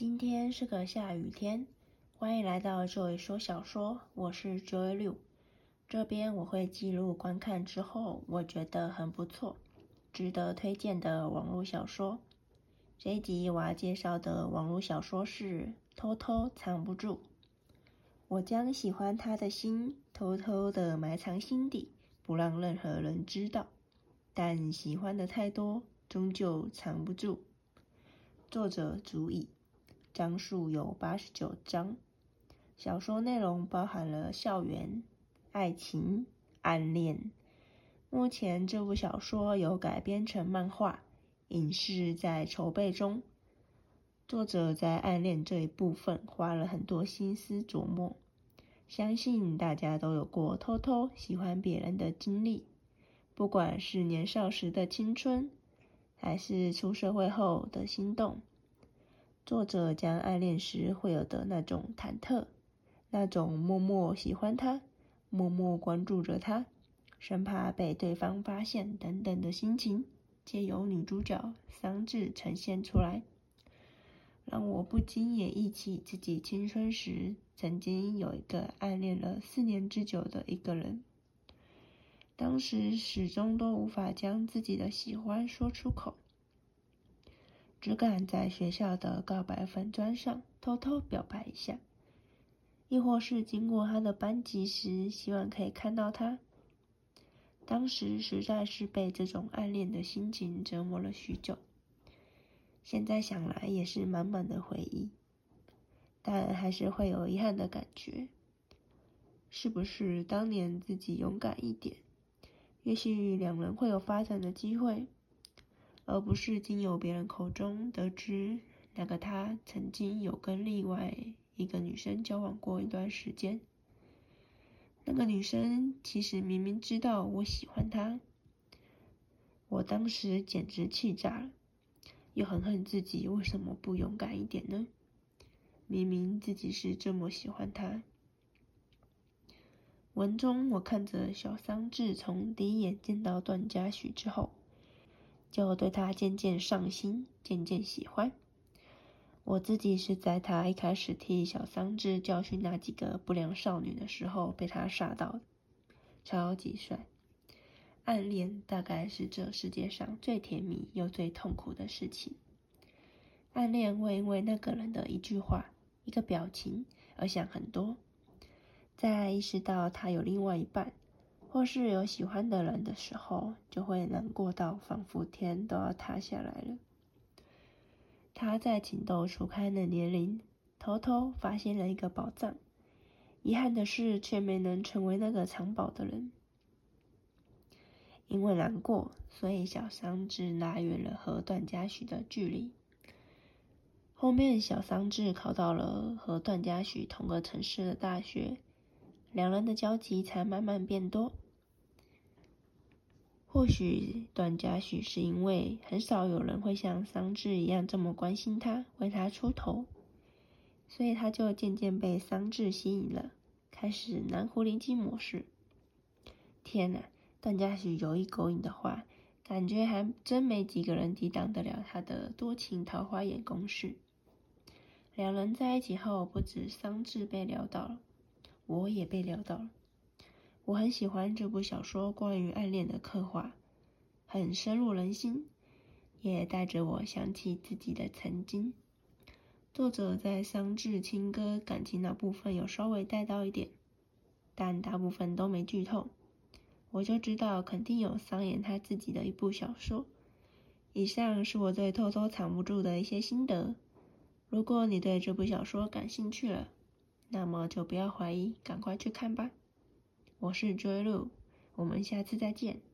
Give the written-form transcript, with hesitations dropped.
今天是个下雨天，欢迎来到Joy说小说，我是 Joy Liu。这边我会记录观看之后我觉得很不错，值得推荐的网络小说。这一集我要介绍的网络小说是《偷偷藏不住》。我将喜欢他的心偷偷的埋藏心底，不让任何人知道，但喜欢的太多，终究藏不住。作者竹已，章数有89章。小说内容包含了校园、爱情、暗恋。目前这部小说有改编成漫画，影视在筹备中。作者在暗恋这一部分花了很多心思琢磨，相信大家都有过偷偷喜欢别人的经历，不管是年少时的青春，还是出社会后的心动。作者将暗恋时会有的那种忐忑，那种默默喜欢他，默默关注着他，生怕被对方发现等等的心情，借由女主角桑稚呈现出来，让我不禁也忆起自己青春时曾经有一个暗恋了4年之久的一个人，当时始终都无法将自己的喜欢说出口，只敢在学校的告白粉专上偷偷表白一下，亦或是经过他的班级时希望可以看到他。当时实在是被这种暗恋的心情折磨了许久，现在想来也是满满的回忆，但还是会有遗憾的感觉。是不是当年自己勇敢一点，也许两人会有发展的机会，而不是经由别人口中得知那个他曾经有跟另外一个女生交往过一段时间。那个女生其实明明知道我喜欢她，我当时简直气炸了，又很恨自己为什么不勇敢一点呢？明明自己是这么喜欢她。文中我看着小桑稚从第一眼见到段嘉许之后，就对他渐渐上心，渐渐喜欢。我自己是在他一开始替小桑稚教训那几个不良少女的时候被他杀到的，超级帅。暗恋大概是这世界上最甜蜜又最痛苦的事情。暗恋会因为那个人的一句话、一个表情而想很多，在意识到他有另外一半，或是有喜欢的人的时候，就会难过到仿佛天都要塌下来了。他在情窦初开的年龄，偷偷发现了一个宝藏，遗憾的是却没能成为那个藏宝的人。因为难过，所以小桑稚拉远了和段嘉许的距离。后面小桑稚考到了和段嘉许同个城市的大学，两人的交集才慢慢变多。或许段嘉许是因为很少有人会像桑稚一样这么关心他，为他出头，所以他就渐渐被桑稚吸引了，开始男狐狸精模式。天哪，段嘉许有意勾引的话，感觉还真没几个人抵挡得了他的多情桃花眼攻势。两人在一起后，不止桑稚被撩到了，我也被撩到了。我很喜欢这部小说关于暗恋的刻画，很深入人心，也带着我想起自己的曾经。作者在桑稚情歌感情那部分有稍微带到一点，但大部分都没剧透，我就知道肯定有桑延他自己的一部小说。以上是我对偷偷藏不住的一些心得，如果你对这部小说感兴趣了，那么就不要怀疑，赶快去看吧。我是 Joy Liu，我们下次再见。